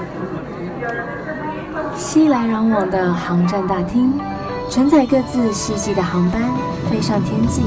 熙来攘往的航站大厅，承载各自希冀的航班飞上天际。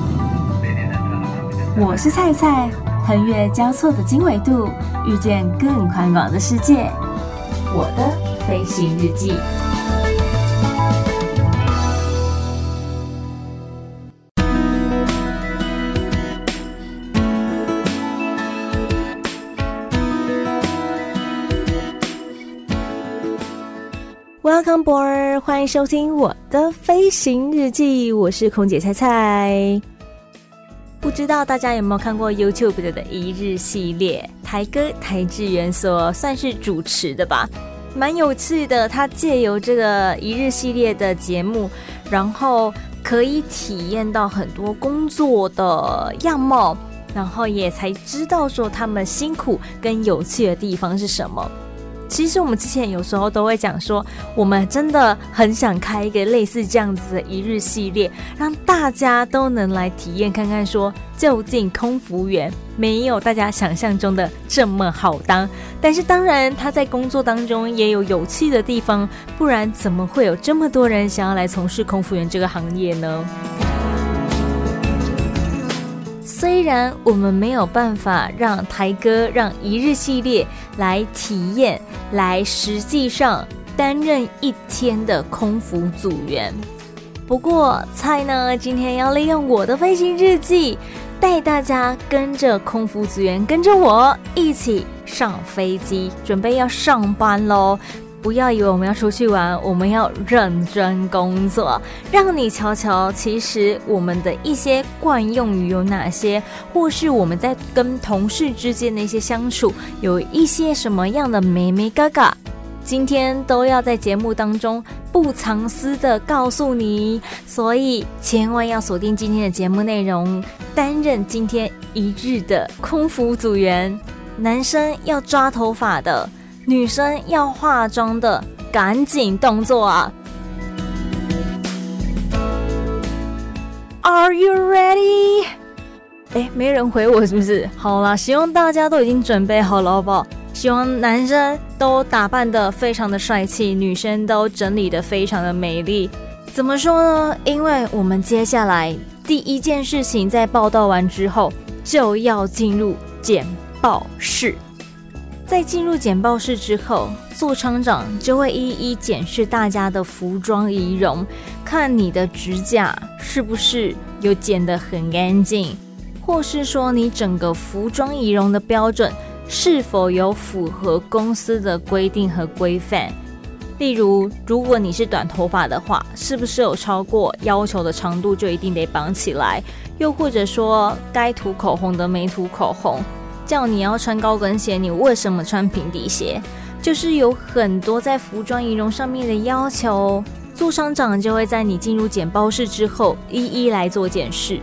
我是菜菜，横越交错的经纬度，遇见更宽广的世界。我的飞行日记。Welcome aboard， 欢迎收听我的飞行日记，我是空姐菜菜。不知道大家有没有看过 YouTube 的一日系列，台哥台志远所算是主持的吧，蛮有趣的。他借由这个一日系列的节目，然后可以体验到很多工作的样貌，然后也才知道说他们辛苦跟有趣的地方是什么。其实我们之前有时候都会讲说，我们真的很想开一个类似这样子的一日系列，让大家都能来体验看看说，究竟空服员没有大家想象中的这么好当，但是当然他在工作当中也有有趣的地方，不然怎么会有这么多人想要来从事空服员这个行业呢？虽然我们没有办法让台哥让一日系列来体验，来实际上担任一天的空服组员，不过菜呢今天要利用我的飞行日记，带大家跟着空服组员，跟着我一起上飞机，准备要上班咯。不要以为我们要出去玩，我们要认真工作，让你瞧瞧其实我们的一些惯用语有哪些，或是我们在跟同事之间的一些相处有一些什么样的眉眉角角，今天都要在节目当中不藏私的告诉你，所以千万要锁定今天的节目内容，担任今天一日的空服组员。男生要抓头发的，女生要化妆的，赶紧动作啊 ！Are you ready？ 没人回我是不是？好啦，希望大家都已经准备好了，好不好？希望男生都打扮得非常的帅气，女生都整理得非常的美丽。怎么说呢？因为我们接下来第一件事情在报道完之后，就要进入简报室。在进入简报室之后，座舱长就会一一检视大家的服装仪容，看你的指甲是不是有剪得很干净，或是说你整个服装仪容的标准是否有符合公司的规定和规范。例如，如果你是短头发的话，是不是有超过要求的长度就一定得绑起来，又或者说该涂口红的没涂口红，叫你要穿高跟鞋，你为什么穿平底鞋？就是有很多在服装仪容上面的要求，座舱长就会在你进入简报室之后一一来做检视。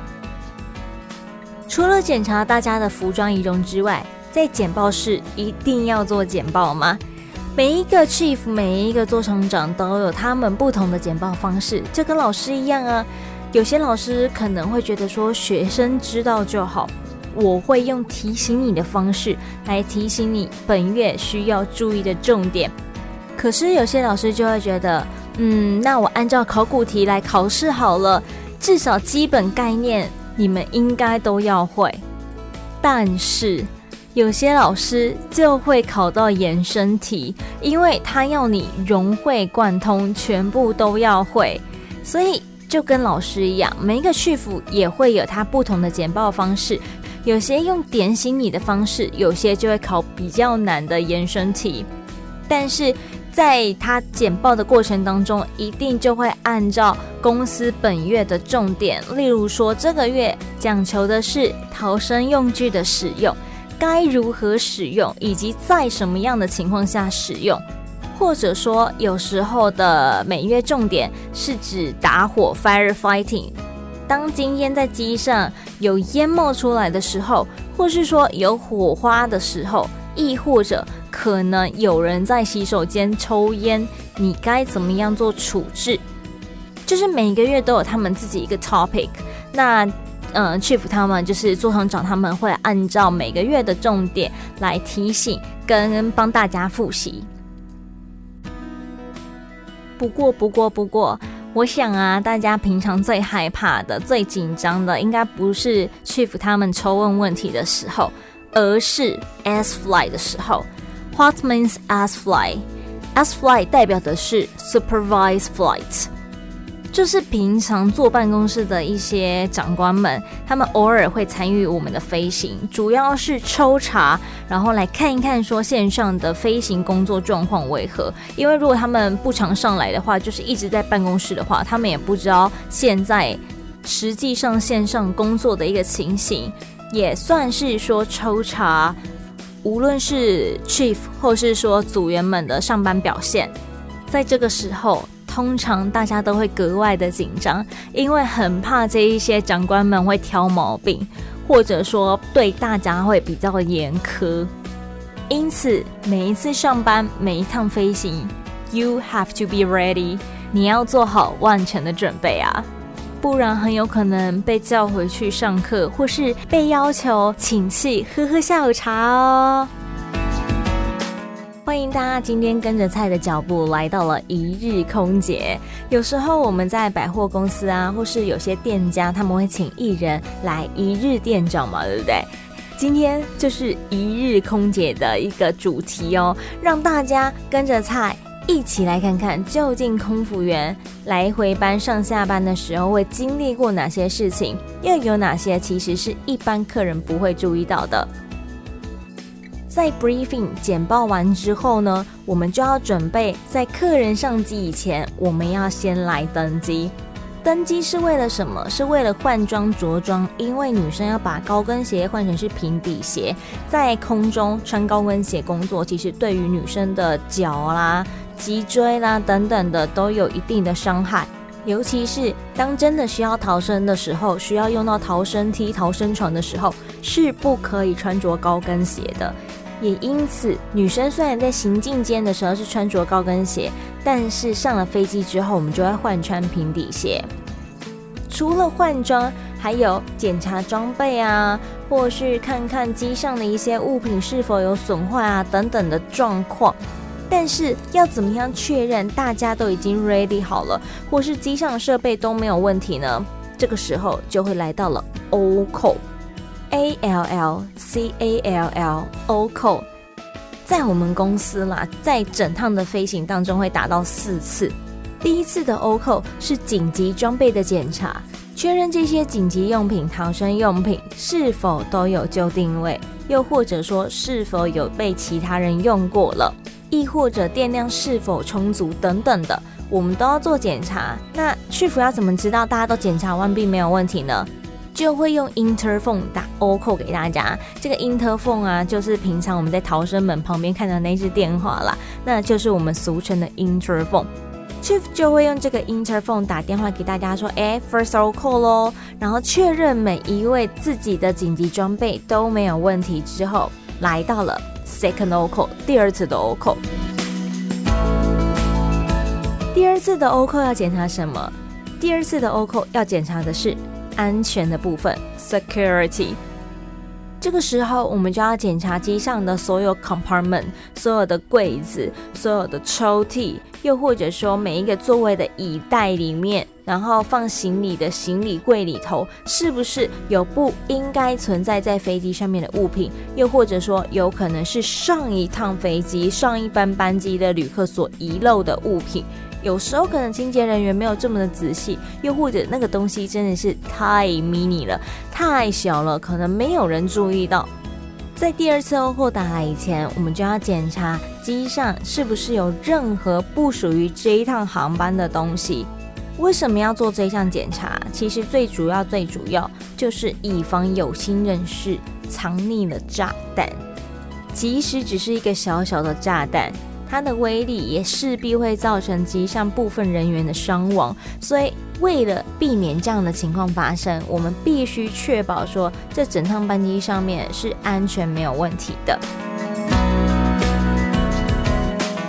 除了检查大家的服装仪容之外，在简报室一定要做简报吗？每一个 chief， 每一个座舱长都有他们不同的简报方式，就跟老师一样啊。有些老师可能会觉得说学生知道就好，我会用提醒你的方式来提醒你本月需要注意的重点。可是有些老师就会觉得，那我按照考古题来考试好了，至少基本概念你们应该都要会。但是有些老师就会考到延伸题，因为他要你融会贯通，全部都要会。所以就跟老师一样，每一个chief也会有他不同的简报方式，有些用点醒你的方式，有些就会考比较难的延伸题。但是在他简报的过程当中，一定就会按照公司本月的重点，例如说这个月讲求的是逃生用具的使用，该如何使用，以及在什么样的情况下使用，或者说有时候的每月重点是指打火 firefighting， 当今天在机上有烟冒出来的时候，或是说有火花的时候，亦或者可能有人在洗手间抽烟，你该怎么样做处置，就是每个月都有他们自己一个 topic。那 Chief 他们就是座舱长他们会按照每个月的重点来提醒跟帮大家复习。不过我想啊，大家平常最害怕的最紧张的应该不是 Chief 他们抽问问题的时候，而是 ASFLY 的时候。 What means ASFLY？ ASFLY 代表的是 Supervised Flight， 就是平常坐办公室的一些长官们，他们偶尔会参与我们的飞行，主要是抽查，然后来看一看说线上的飞行工作状况为何。因为如果他们不常上来的话，就是一直在办公室的话，他们也不知道现在实际上线上工作的一个情形，也算是说抽查无论是 Chief 或是说组员们的上班表现。在这个时候通常大家都会格外的紧张，因为很怕这一些长官们会挑毛病，或者说对大家会比较严苛。因此每一次上班，每一趟飞行 You have to be ready， 你要做好万全的准备啊，不然很有可能被叫回去上课，或是被要求请去喝下午茶哦。欢迎大家今天跟着蔡的脚步来到了一日空姐。有时候我们在百货公司啊，或是有些店家他们会请艺人来一日店长嘛，对不对？今天就是一日空姐的一个主题哦，让大家跟着蔡一起来看看究竟空服员来回班上下班的时候会经历过哪些事情，又有哪些其实是一般客人不会注意到的。在 briefing 简报完之后呢，我们就要准备在客人上机以前，我们要先来登机。登机是为了什么？是为了换装着装，因为女生要把高跟鞋换成是平底鞋，在空中穿高跟鞋工作，其实对于女生的脚啦、脊椎啦等等的都有一定的伤害。尤其是当真的需要逃生的时候，需要用到逃生梯、逃生床的时候，是不可以穿着高跟鞋的。也因此，女生虽然在行进间的时候是穿着高跟鞋，但是上了飞机之后，我们就会换穿平底鞋。除了换装，还有检查装备啊，或是看看机上的一些物品是否有损坏啊等等的状况。但是要怎么样确认大家都已经 ready 好了，或是机上的设备都没有问题呢？这个时候就会来到了 O-Call， ALLCALL O-Call。 在我们公司啦，在整趟的飞行当中会达到4次。第一次的 O-Call 是紧急装备的检查，确认这些紧急用品、逃生用品是否都有就定位，又或者说是否有被其他人用过了，亦或者电量是否充足等等的，我们都要做检查。那Chief要怎么知道大家都检查完毕没有问题呢？就会用 interphone 打 O-Call 给大家。这个 interphone 啊，就是平常我们在逃生门旁边看到那支电话啦，那就是我们俗称的 interphone。Chief 就会用这个 interphone 打电话给大家说，first O-Call 咯，然后确认每一位自己的紧急装备都没有问题之后，来到了 second O-Call， 第二次的 O-Call。 第二次的 O-Call 要检查什么？第二次的 O-Call 要检查的是安全的部分 security。 这个时候我们就要检查机上的所有 compartment， 所有的柜子，所有的抽屉，又或者说每一个座位的椅袋里面，然后放行李的行李柜里头是不是有不应该存在在飞机上面的物品，又或者说有可能是上一趟飞机上一班班机的旅客所遗漏的物品。有时候可能清洁人员没有这么的仔细，又或者那个东西真的是太 mini 了，太小了，可能没有人注意到。在第二次 O-Call 打来以前，我们就要检查机上是不是有任何不属于这一趟航班的东西。为什么要做这项检查？其实最主要就是以防有心人士藏匿了炸弹。即使只是一个小小的炸弹，它的威力也势必会造成机上部分人员的伤亡，所以为了避免这样的情况发生，我们必须确保说这整趟班机上面是安全没有问题的。第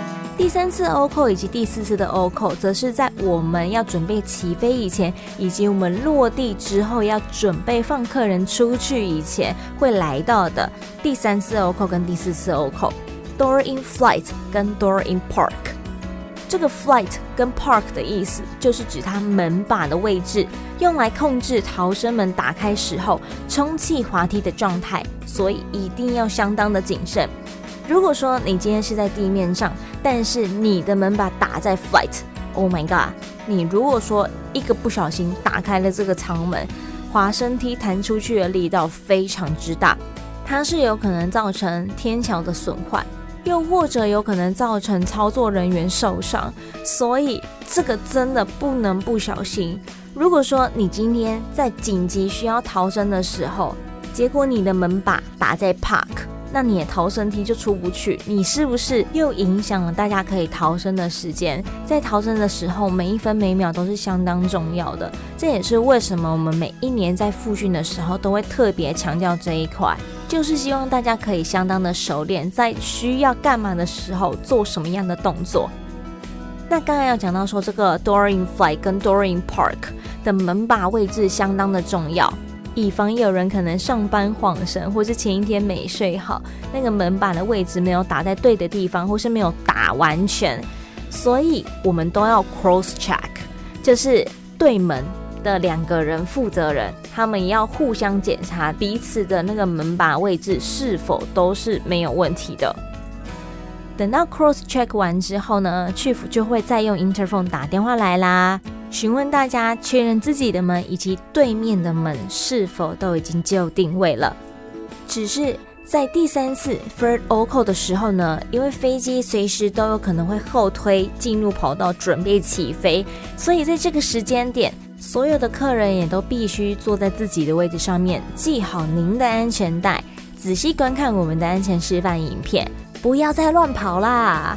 3次欧扣以及第4次的欧扣，则是在我们要准备起飞以前，以及我们落地之后要准备放客人出去以前会来到的第3次欧扣跟第4次欧扣。Door in flight 跟 Door in park， 这个 flight 跟 park 的意思就是指它门把的位置，用来控制逃生门打开时候充气滑梯的状态，所以一定要相当的谨慎。如果说你今天是在地面上，但是你的门把打在 flight，Oh my god， 你如果说一个不小心打开了这个舱门，滑升梯弹出去的力道非常之大，它是有可能造成天桥的损坏，又或者有可能造成操作人员受伤，所以这个真的不能不小心。如果说你今天在紧急需要逃生的时候，结果你的门把打在 park， 那你的逃生梯就出不去，你是不是又影响了大家可以逃生的时间？在逃生的时候，每一分每秒都是相当重要的，这也是为什么我们每一年在复训的时候都会特别强调这一块，就是希望大家可以相当的熟练，在需要干嘛的时候做什么样的动作。那刚才要讲到说，这个 Door in flight 跟 Door in park 的门把位置相当的重要，以防有人可能上班晃神，或是前一天没睡好，那个门把的位置没有打在对的地方，或是没有打完全，所以我们都要 cross check， 就是对门的2个人负责人，他们要互相检查彼此的那个门把位置是否都是没有问题的。等到 cross check 完之后呢， Chief 就会再用 interphone 打电话来啦，询问大家确认自己的门以及对面的门是否都已经就定位了。只是在第3次 third OCO 的时候呢，因为飞机随时都有可能会后推进入跑道准备起飞，所以在这个时间点，所有的客人也都必须坐在自己的位置上面，系好您的安全带，仔细观看我们的安全示范影片，不要再乱跑啦。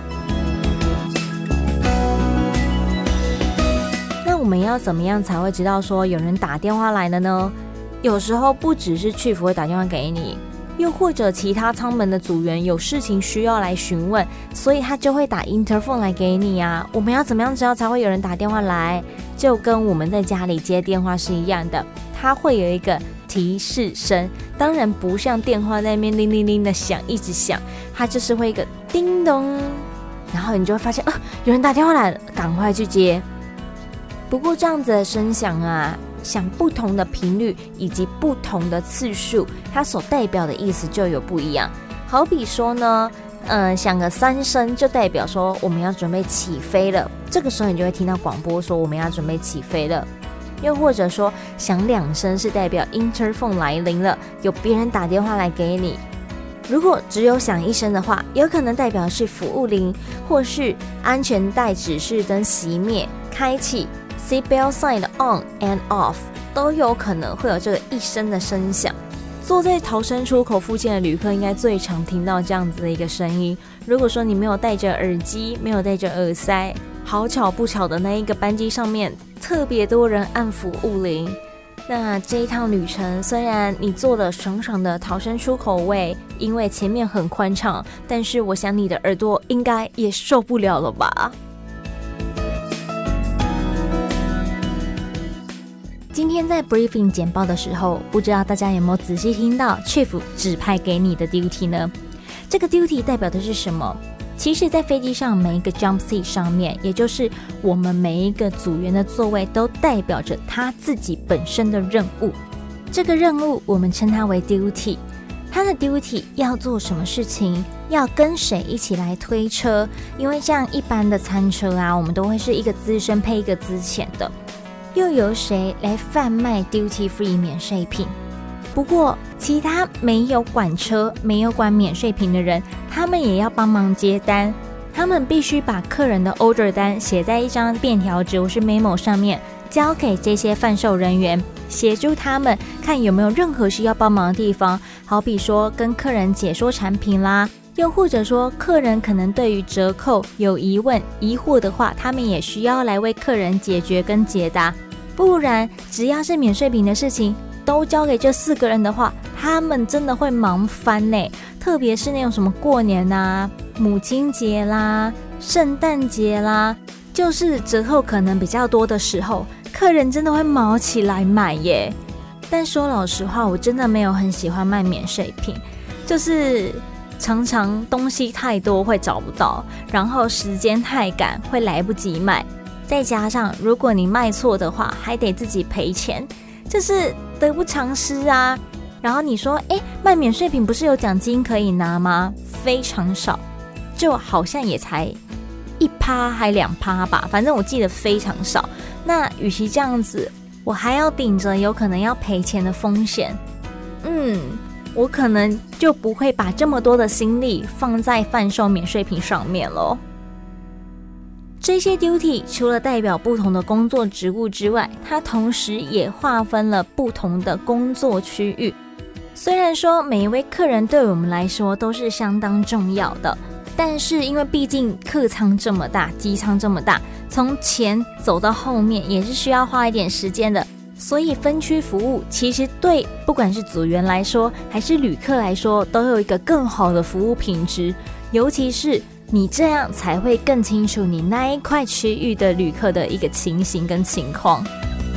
那我们要怎么样才会知道说有人打电话来了呢？有时候不只是 Chief 会打电话给你，又或者其他舱门的组员有事情需要来询问，所以他就会打 interphone 来给你啊。我们要怎么样知道才会有人打电话来？就跟我们在家里接电话是一样的，它会有一个提示声，当然不像电话在那边铃铃铃的响，一直响，它就是会一个叮咚，然后你就会发现有人打电话来了，赶快去接。不过这样子的声响啊，响不同的频率以及不同的次数，它所代表的意思就有不一样。好比说呢，响个3声就代表说我们要准备起飞了，这个时候你就会听到广播说我们要准备起飞了。又或者说响2声是代表 interphone 来临了，有别人打电话来给你。如果只有响1声的话，有可能代表是服务铃，或是安全带指示灯熄灭开启， seatbelt sign 的 on and off 都有可能会有这个1声的声响。坐在逃生出口附近的旅客应该最常听到这样子的一个声音。如果说你没有戴着耳机，没有戴着耳塞，好巧不巧的那一个班机上面特别多人按服务铃，那这一趟旅程虽然你坐了爽爽的逃生出口位，因为前面很宽敞，但是我想你的耳朵应该也受不了了吧。今天在 briefing 简报的时候，不知道大家有没有仔细听到 Chief 指派给你的 duty 呢？这个 duty 代表的是什么？其实在飞机上每一个 jump seat 上面，也就是我们每一个组员的座位，都代表着他自己本身的任务。这个任务我们称它为 duty。他的 duty 要做什么事情，要跟谁一起来推车，因为像一般的餐车啊，我们都会是一个资深配一个资浅的，又由谁来贩卖 duty free 免税品。不过其他没有管车没有管免税品的人，他们也要帮忙接单，他们必须把客人的 order 单写在一张便条纸或是 memo 上面，交给这些贩售人员，协助他们看有没有任何需要帮忙的地方，好比说跟客人解说产品啦，又或者说客人可能对于折扣有疑问疑惑的话，他们也需要来为客人解决跟解答。不然只要是免税品的事情都交给这4个人的话，他们真的会忙翻呢。特别是那种什么过年啊、母亲节啦、 圣诞节啦，就是折扣可能比较多的时候，客人真的会毛起来买耶。但说老实话，我真的没有很喜欢卖免税品，就是常常东西太多会找不到，然后时间太赶会来不及卖，再加上如果你卖错的话还得自己赔钱，这是得不偿失啊。然后你说卖免税品不是有奖金可以拿吗？非常少，就好像也才1%还2%吧，反正我记得非常少。那与其这样子，我还要顶着有可能要赔钱的风险，我可能就不会把这么多的心力放在贩售免税品上面了。这些 duty 除了代表不同的工作职务之外，它同时也划分了不同的工作区域。虽然说每一位客人对我们来说都是相当重要的，但是因为毕竟客舱这么大，机舱这么大，从前走到后面也是需要花一点时间的，所以分区服务其实对不管是组员来说还是旅客来说都有一个更好的服务品质，尤其是你这样才会更清楚你那一块区域的旅客的一个情形跟情况。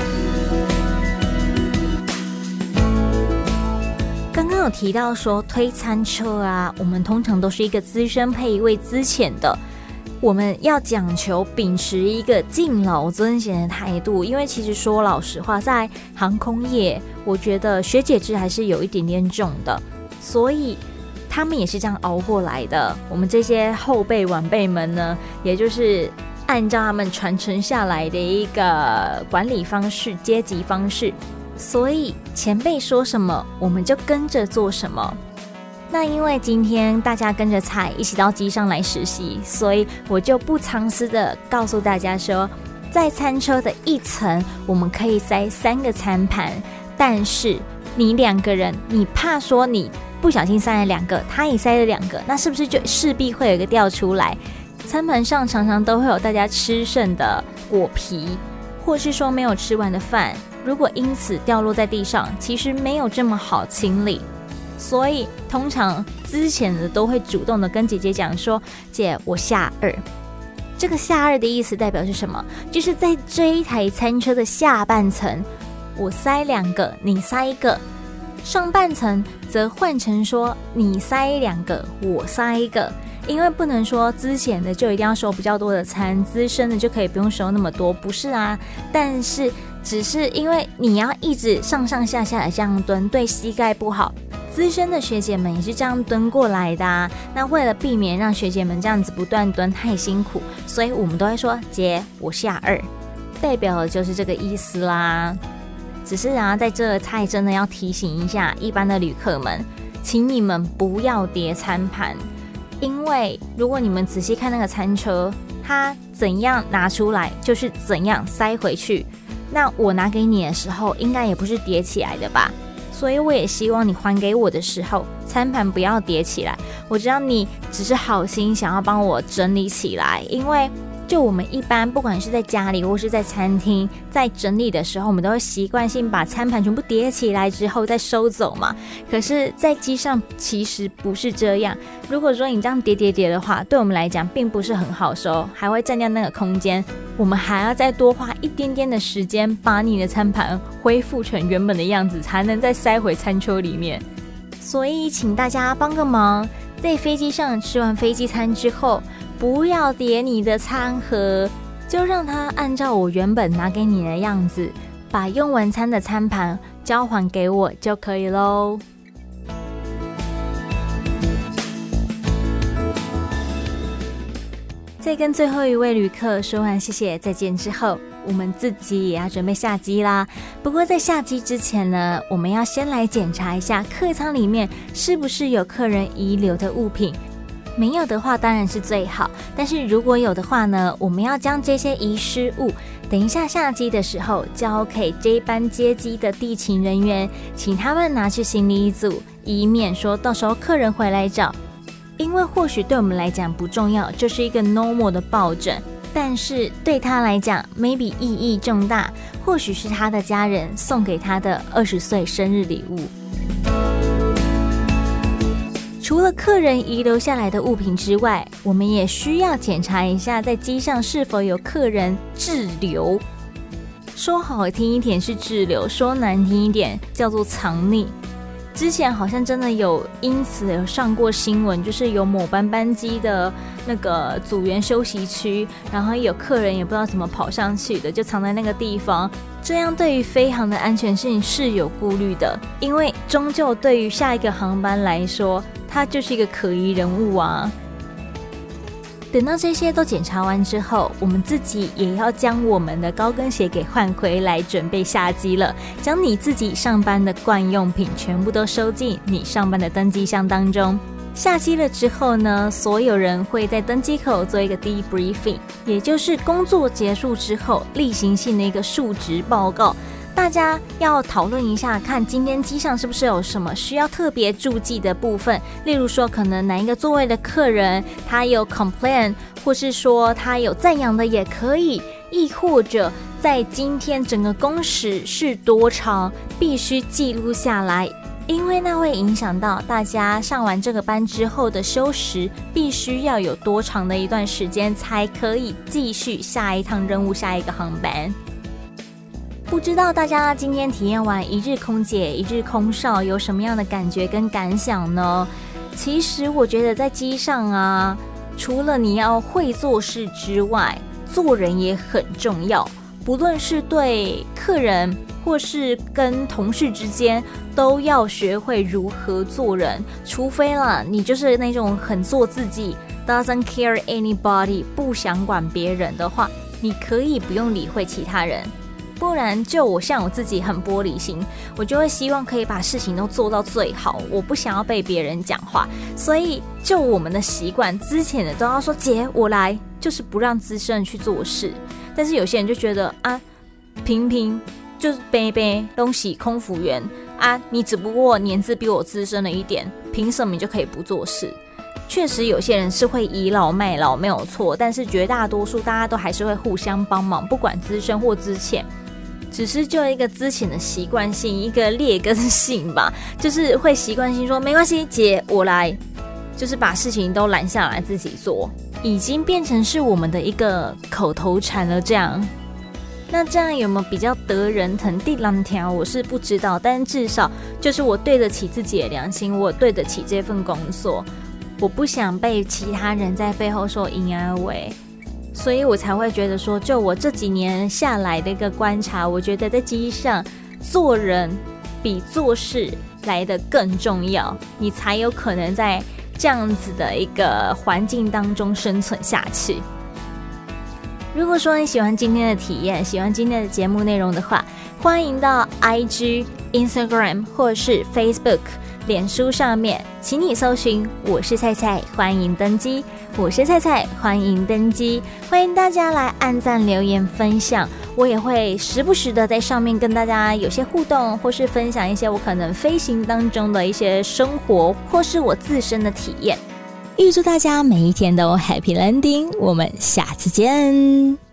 刚刚有提到说推餐车啊，我们通常都是一个资深配一位资浅的，我们要讲求秉持一个敬老尊贤的态度，因为其实说老实话，在航空业我觉得学姐制还是有一点点重的，所以他们也是这样熬过来的。我们这些后辈晚辈们呢，也就是按照他们传承下来的一个管理方式、阶级方式，所以前辈说什么我们就跟着做什么。那因为今天大家跟着菜一起到机上来实习，所以我就不藏私的告诉大家说，在餐车的一层我们可以塞3个餐盘，但是你2个人，你怕说你不小心塞了2个，他也塞了2个，那是不是就势必会有一个掉出来？餐盘上常常都会有大家吃剩的果皮，或是说没有吃完的饭，如果因此掉落在地上，其实没有这么好清理，所以通常之前的都会主动的跟姐姐讲说，姐我下2。这个下2的意思代表是什么？就是在这一台餐车的下半层，我塞2个，你塞1个，上半层则换成说你塞2个，我塞1个。因为不能说之前的就一定要收比较多的餐，资深的就可以不用收那么多，不是啊。但是只是因为你要一直上上下下的这样蹲，对膝盖不好。资深的学姐们也是这样蹲过来的啊。那为了避免让学姐们这样子不断蹲太辛苦，所以我们都会说姐我下2，代表的就是这个意思啦。只是啊，在这菜真的要提醒一下一般的旅客们，请你们不要叠餐盘。因为如果你们仔细看那个餐车，它怎样拿出来就是怎样塞回去，那我拿给你的时候应该也不是叠起来的吧，所以我也希望你还给我的时候餐盘不要叠起来。我知道你只是好心想要帮我整理起来，因为就我们一般不管是在家里或是在餐厅，在整理的时候我们都会习惯性把餐盘全部叠起来之后再收走嘛。可是在机上其实不是这样，如果说你这样叠的话，对我们来讲并不是很好收，还会占掉那个空间，我们还要再多花一点点的时间把你的餐盘恢复成原本的样子，才能再塞回餐车里面。所以请大家帮个忙，在飞机上吃完飞机餐之后，不要叠你的餐盒，就让它按照我原本拿给你的样子，把用完餐的餐盘交还给我就可以咯。在跟最后一位旅客说完谢谢再见之后，我们自己也要准备下机啦。不过在下机之前呢，我们要先来检查一下客舱里面是不是有客人遗留的物品，没有的话当然是最好，但是如果有的话呢，我们要将这些遗失物等一下下机的时候交给这班接机的地勤人员，请他们拿去行李组，以免说到时候客人回来找。因为或许对我们来讲不重要，就是一个 normal 的抱枕，但是对他来讲 maybe 意义重大，或许是他的家人送给他的20岁生日礼物。 除了客人遗留下来的物品之外，我们也需要检查一下在机上是否有客人滞留。说好听一点是滞留，说难听一点叫做藏匿。之前好像真的有因此有上过新闻，就是有某班机的那个组员休息区，然后有客人也不知道怎么跑上去的，就藏在那个地方。这样对于飞航的安全性是有顾虑的，因为终究对于下一个航班来说，它就是一个可疑人物啊。等到这些都检查完之后，我们自己也要将我们的高跟鞋给换回来，准备下机了。将你自己上班的惯用品全部都收进你上班的登机箱当中。下机了之后呢，所有人会在登机口做一个 debriefing， 也就是工作结束之后例行性的一个述职报告。大家要讨论一下，看今天机上是不是有什么需要特别注记的部分，例如说可能哪一个座位的客人他有 complain， 或是说他有赞扬的也可以，亦或者在今天整个工时是多长，必须记录下来，因为那会影响到大家上完这个班之后的休时必须要有多长的一段时间才可以继续下一趟任务，下一个航班。不知道大家今天体验完一日空姐一日空少有什么样的感觉跟感想呢？其实我觉得在机上啊，除了你要会做事之外，做人也很重要，不论是对客人或是跟同事之间，都要学会如何做人。除非啦，你就是那种很做自己 doesn't care anybody， 不想管别人的话，你可以不用理会其他人。不然就我像我自己很玻璃心，我就会希望可以把事情都做到最好，我不想要被别人讲话。所以就我们的习惯，之前的都要说姐我来，就是不让资深人去做事。但是有些人就觉得啊，平平就是杯杯东西空服员啊，你只不过年资比我资深了一点，凭什么你就可以不做事？确实有些人是会倚老卖老没有错，但是绝大多数大家都还是会互相帮忙，不管资深或资浅，只是就一个之前的习惯性，一个劣根性吧，就是会习惯性说没关系姐我来，就是把事情都揽下来自己做，已经变成是我们的一个口头禅了这样。那这样有没有比较得人疼地浪条我是不知道，但至少就是我对得起自己的良心，我对得起这份工作，我不想被其他人在背后说因而为，所以我才会觉得说，就我这几年下来的一个观察，我觉得在机上做人比做事来得更重要，你才有可能在这样子的一个环境当中生存下去。如果说你喜欢今天的体验，喜欢今天的节目内容的话，欢迎到 IG、Instagram 或是 Facebook、脸书上面，请你搜寻我是菜菜，欢迎登机，我是菜菜，欢迎登机，欢迎大家来按赞、留言、分享，我也会时不时的在上面跟大家有些互动，或是分享一些我可能飞行当中的一些生活，或是我自身的体验。预祝大家每一天都 Happy Landing， 我们下次见。